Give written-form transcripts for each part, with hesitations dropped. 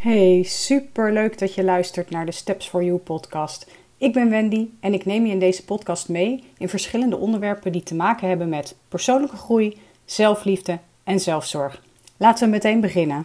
Hey, super leuk dat je luistert naar de Steps for You podcast. Ik ben Wendy en ik neem je in deze podcast mee in verschillende onderwerpen die te maken hebben met persoonlijke groei, zelfliefde en zelfzorg. Laten we meteen beginnen.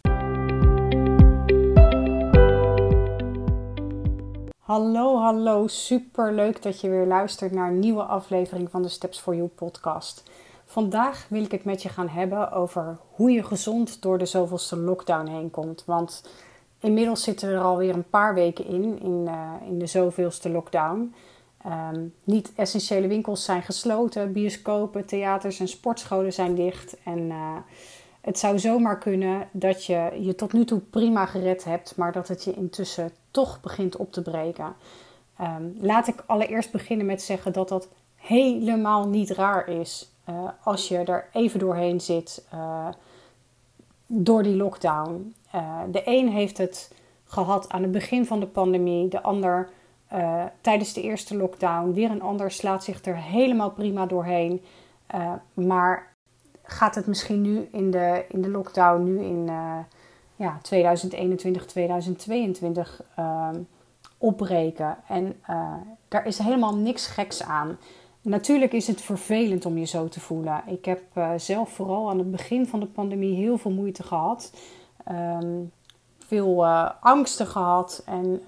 Hallo, super leuk dat je weer luistert naar een nieuwe aflevering van de Steps for You podcast. Vandaag wil ik het met je gaan hebben over hoe je gezond door de zoveelste lockdown heen komt. Want inmiddels zitten we er alweer een paar weken in de zoveelste lockdown. Niet-essentiële winkels zijn gesloten, bioscopen, theaters en sportscholen zijn dicht. En het zou zomaar kunnen dat je je tot nu toe prima gered hebt, maar dat het je intussen toch begint op te breken. Laat ik allereerst beginnen met zeggen dat dat helemaal niet raar is. Als je er even doorheen zit door die lockdown. De een heeft het gehad aan het begin van de pandemie. De ander tijdens de eerste lockdown. Weer een ander slaat zich er helemaal prima doorheen. Maar gaat het misschien nu in de lockdown, nu in 2021, 2022 opbreken. En daar is helemaal niks geks aan. Natuurlijk is het vervelend om je zo te voelen. Ik heb zelf vooral aan het begin van de pandemie heel veel moeite gehad. Veel angsten gehad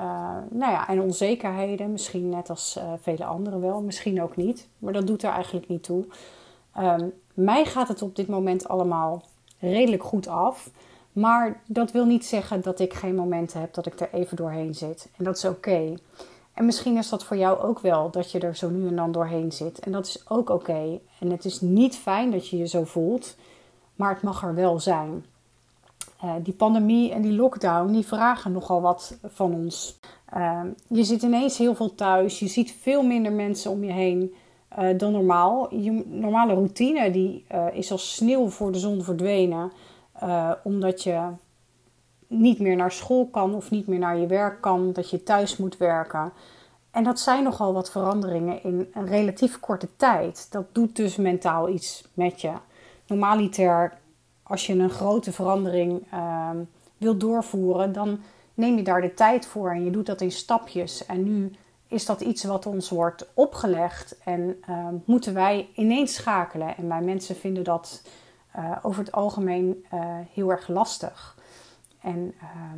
en onzekerheden. Misschien net als vele anderen wel, misschien ook niet. Maar dat doet er eigenlijk niet toe. Mij gaat het op dit moment allemaal redelijk goed af. Maar dat wil niet zeggen dat ik geen momenten heb dat ik er even doorheen zit. En dat is oké. En misschien is dat voor jou ook wel, dat je er zo nu en dan doorheen zit. En dat is ook oké. En het is niet fijn dat je je zo voelt, maar het mag er wel zijn. Die pandemie en die lockdown, die vragen nogal wat van ons. Je zit ineens heel veel thuis. Je ziet veel minder mensen om je heen dan normaal. Je normale routine die is als sneeuw voor de zon verdwenen. Omdat je niet meer naar school kan of niet meer naar je werk kan. Dat je thuis moet werken. En dat zijn nogal wat veranderingen in een relatief korte tijd. Dat doet dus mentaal iets met je. Normaliter, als je een grote verandering wilt doorvoeren, dan neem je daar de tijd voor en je doet dat in stapjes. En nu is dat iets wat ons wordt opgelegd en moeten wij ineens schakelen. En wij mensen vinden dat over het algemeen heel erg lastig. En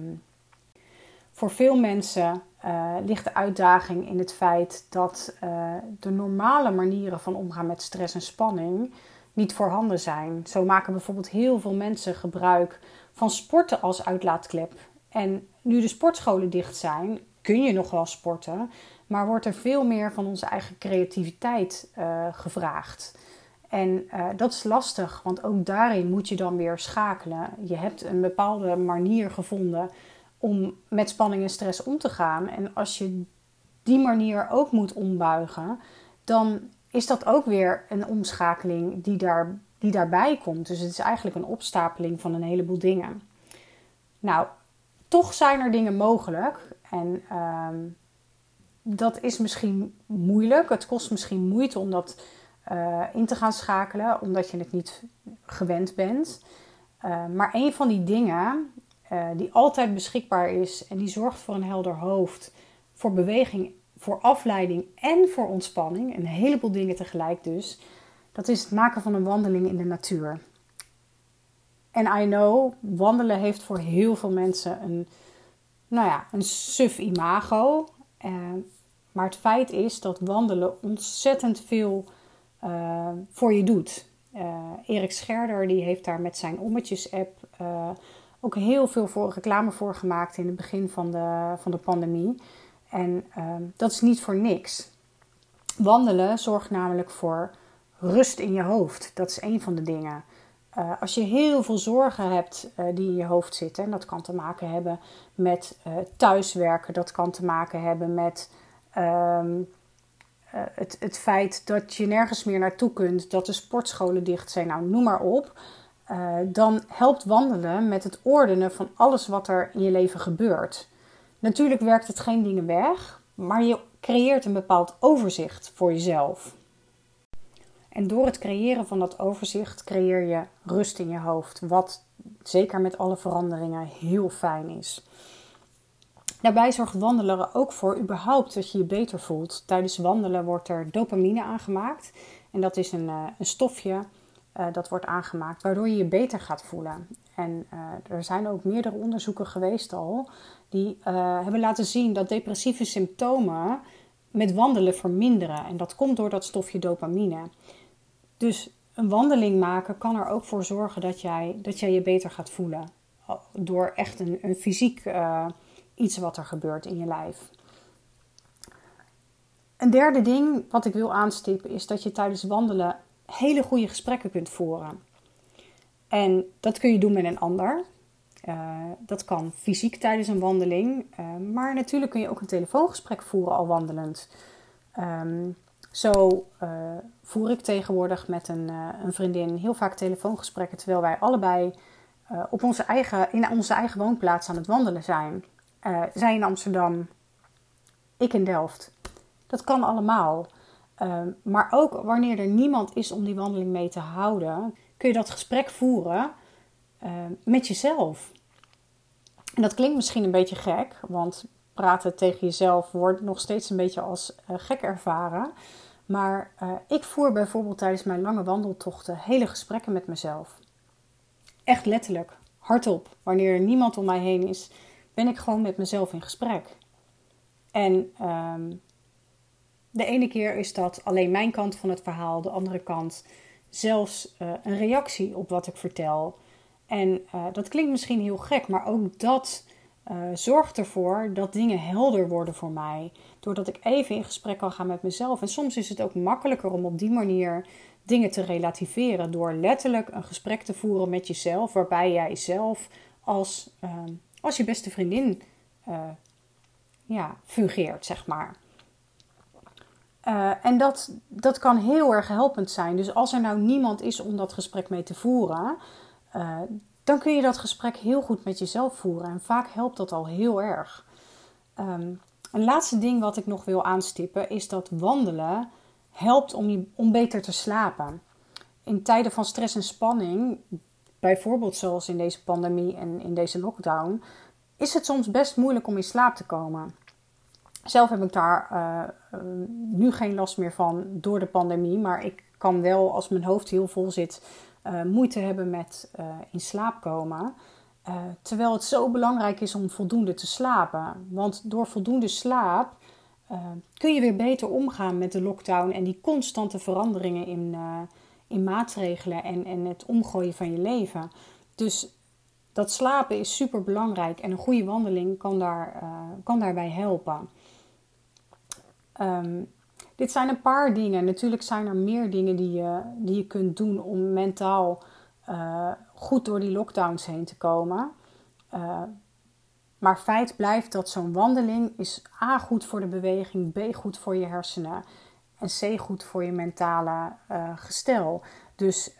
voor veel mensen ligt de uitdaging in het feit dat de normale manieren van omgaan met stress en spanning niet voorhanden zijn. Zo maken bijvoorbeeld heel veel mensen gebruik van sporten als uitlaatklep. En nu de sportscholen dicht zijn, kun je nog wel sporten, maar wordt er veel meer van onze eigen creativiteit gevraagd. En dat is lastig, want ook daarin moet je dan weer schakelen. Je hebt een bepaalde manier gevonden om met spanning en stress om te gaan. En als je die manier ook moet ombuigen, dan is dat ook weer een omschakeling die daarbij komt. Dus het is eigenlijk een opstapeling van een heleboel dingen. Nou, toch zijn er dingen mogelijk. En dat is misschien moeilijk. Het kost misschien moeite om dat in te gaan schakelen, omdat je het niet gewend bent. Maar een van die dingen die altijd beschikbaar is en die zorgt voor een helder hoofd, voor beweging, voor afleiding en voor ontspanning, een heleboel dingen tegelijk dus, dat is het maken van een wandeling in de natuur. En I know, wandelen heeft voor heel veel mensen een suf imago. Maar het feit is dat wandelen ontzettend veel voor je doet. Erik Scherder die heeft daar met zijn Ommetjes-app ook heel veel reclame voor gemaakt in het begin van de pandemie. En dat is niet voor niks. Wandelen zorgt namelijk voor rust in je hoofd. Dat is een van de dingen. Als je heel veel zorgen hebt die in je hoofd zitten, en dat kan te maken hebben met thuiswerken, dat kan te maken hebben met het feit dat je nergens meer naartoe kunt, dat de sportscholen dicht zijn, nou noem maar op. Dan helpt wandelen met het ordenen van alles wat er in je leven gebeurt. Natuurlijk werkt het geen dingen weg, maar je creëert een bepaald overzicht voor jezelf. En door het creëren van dat overzicht creëer je rust in je hoofd. Wat zeker met alle veranderingen heel fijn is. Daarbij zorgt wandelen er ook voor überhaupt dat je je beter voelt. Tijdens wandelen wordt er dopamine aangemaakt. En dat is een stofje dat wordt aangemaakt waardoor je je beter gaat voelen. En er zijn ook meerdere onderzoeken geweest al die hebben laten zien dat depressieve symptomen met wandelen verminderen. En dat komt door dat stofje dopamine. Dus een wandeling maken kan er ook voor zorgen dat jij je beter gaat voelen. Door echt een fysiek iets wat er gebeurt in je lijf. Een derde ding wat ik wil aanstippen is dat je tijdens wandelen hele goede gesprekken kunt voeren. En dat kun je doen met een ander. Dat kan fysiek tijdens een wandeling. Maar natuurlijk kun je ook een telefoongesprek voeren al wandelend. Zo voer ik tegenwoordig met een vriendin heel vaak telefoongesprekken terwijl wij allebei in onze eigen woonplaats aan het wandelen zijn. Zij in Amsterdam, ik in Delft. Dat kan allemaal. Maar ook wanneer er niemand is om die wandeling mee te houden, kun je dat gesprek voeren met jezelf. En dat klinkt misschien een beetje gek, want praten tegen jezelf wordt nog steeds een beetje als gek ervaren. Maar ik voer bijvoorbeeld tijdens mijn lange wandeltochten hele gesprekken met mezelf. Echt letterlijk, hardop. Wanneer er niemand om mij heen is, ben ik gewoon met mezelf in gesprek. En de ene keer is dat alleen mijn kant van het verhaal, de andere kant zelfs een reactie op wat ik vertel. En dat klinkt misschien heel gek, maar ook dat zorgt ervoor dat dingen helder worden voor mij. Doordat ik even in gesprek kan gaan met mezelf. En soms is het ook makkelijker om op die manier dingen te relativeren. Door letterlijk een gesprek te voeren met jezelf. Waarbij jij zelf als je beste vriendin fungeert, zeg maar. En dat kan heel erg helpend zijn. Dus als er nou niemand is om dat gesprek mee te voeren, dan kun je dat gesprek heel goed met jezelf voeren. En vaak helpt dat al heel erg. Een laatste ding wat ik nog wil aanstippen is dat wandelen helpt om beter te slapen. In tijden van stress en spanning, bijvoorbeeld zoals in deze pandemie en in deze lockdown, is het soms best moeilijk om in slaap te komen. Zelf heb ik daar nu geen last meer van door de pandemie. Maar ik kan wel, als mijn hoofd heel vol zit, moeite hebben met in slaap komen. Terwijl het zo belangrijk is om voldoende te slapen. Want door voldoende slaap kun je weer beter omgaan met de lockdown en die constante veranderingen in maatregelen en het omgooien van je leven. Dus dat slapen is super belangrijk en een goede wandeling kan daarbij helpen. Dit zijn een paar dingen. Natuurlijk zijn er meer dingen die je kunt doen om mentaal goed door die lockdowns heen te komen. Maar feit blijft dat zo'n wandeling is A, goed voor de beweging, B, goed voor je hersenen en C, goed voor je mentale gestel. Dus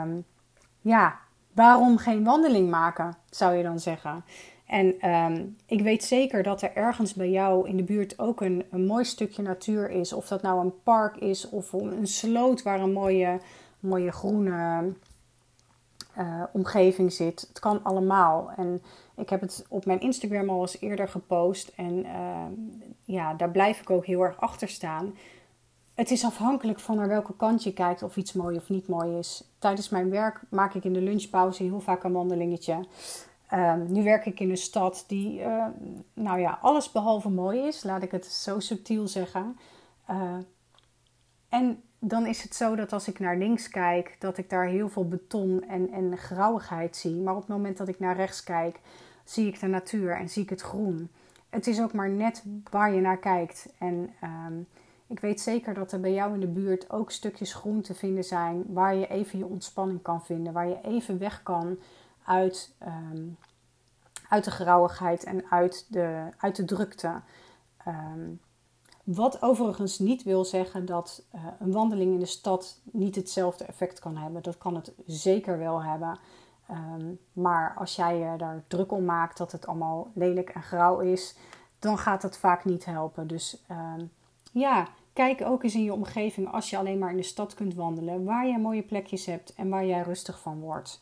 waarom geen wandeling maken, zou je dan zeggen? En ik weet zeker dat er ergens bij jou in de buurt ook een mooi stukje natuur is. Of dat nou een park is of een sloot waar een mooie groene omgeving zit. Het kan allemaal. En ik heb het op mijn Instagram al eens eerder gepost. En daar blijf ik ook heel erg achter staan. Het is afhankelijk van naar welke kant je kijkt of iets mooi of niet mooi is. Tijdens mijn werk maak ik in de lunchpauze heel vaak een wandelingetje. Nu werk ik in een stad die alles behalve mooi is. Laat ik het zo subtiel zeggen. En dan is het zo dat als ik naar links kijk, dat ik daar heel veel beton en grauwigheid zie. Maar op het moment dat ik naar rechts kijk, zie ik de natuur en zie ik het groen. Het is ook maar net waar je naar kijkt. En ik weet zeker dat er bij jou in de buurt ook stukjes groen te vinden zijn, waar je even je ontspanning kan vinden. Waar je even weg kan uit de grauwigheid en uit de drukte. Wat overigens niet wil zeggen dat een wandeling in de stad niet hetzelfde effect kan hebben. Dat kan het zeker wel hebben. Maar als jij je daar druk om maakt dat het allemaal lelijk en grauw is, dan gaat dat vaak niet helpen. Dus kijk ook eens in je omgeving als je alleen maar in de stad kunt wandelen, waar jij mooie plekjes hebt en waar jij rustig van wordt.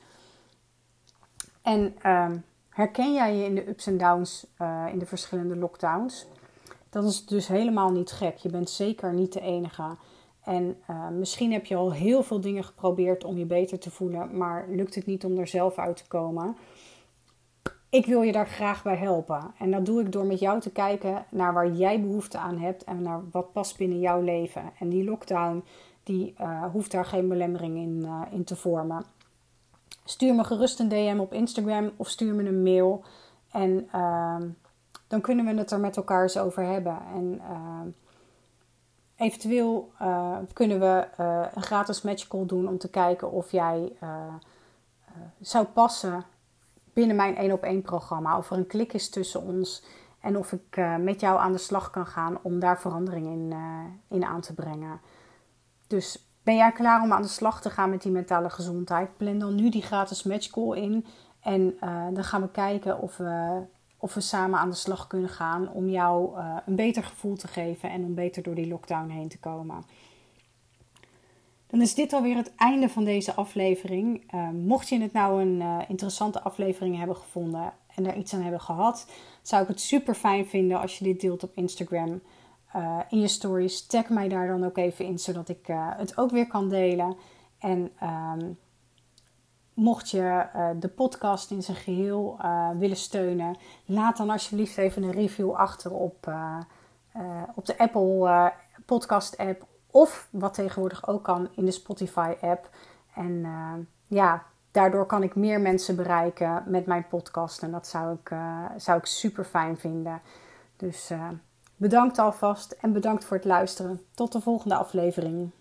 En herken jij je in de ups en downs in de verschillende lockdowns? Dat is dus helemaal niet gek. Je bent zeker niet de enige. En misschien heb je al heel veel dingen geprobeerd om je beter te voelen, maar lukt het niet om er zelf uit te komen. Ik wil je daar graag bij helpen. En dat doe ik door met jou te kijken naar waar jij behoefte aan hebt en naar wat past binnen jouw leven. En die lockdown, die hoeft daar geen belemmering in te vormen. Stuur me gerust een DM op Instagram of stuur me een mail. En dan kunnen we het er met elkaar eens over hebben. En eventueel kunnen we een gratis matchcall doen om te kijken of jij zou passen binnen mijn 1-op-1 programma. Of er een klik is tussen ons en of ik met jou aan de slag kan gaan om daar verandering in aan te brengen. Dus ben jij klaar om aan de slag te gaan met die mentale gezondheid? Plan dan nu die gratis matchcall in en dan gaan we kijken of we samen aan de slag kunnen gaan om jou een beter gevoel te geven en om beter door die lockdown heen te komen. Dan is dit alweer het einde van deze aflevering. Mocht je het nou een interessante aflevering hebben gevonden en er iets aan hebben gehad, zou ik het super fijn vinden als je dit deelt op Instagram in je stories. Tag mij daar dan ook even in, zodat ik het ook weer kan delen. En mocht je de podcast in zijn geheel willen steunen, laat dan alsjeblieft even een review achter op de Apple podcast app. Of wat tegenwoordig ook kan in de Spotify app. En daardoor kan ik meer mensen bereiken met mijn podcast. En dat zou ik super fijn vinden. Dus bedankt alvast en bedankt voor het luisteren. Tot de volgende aflevering.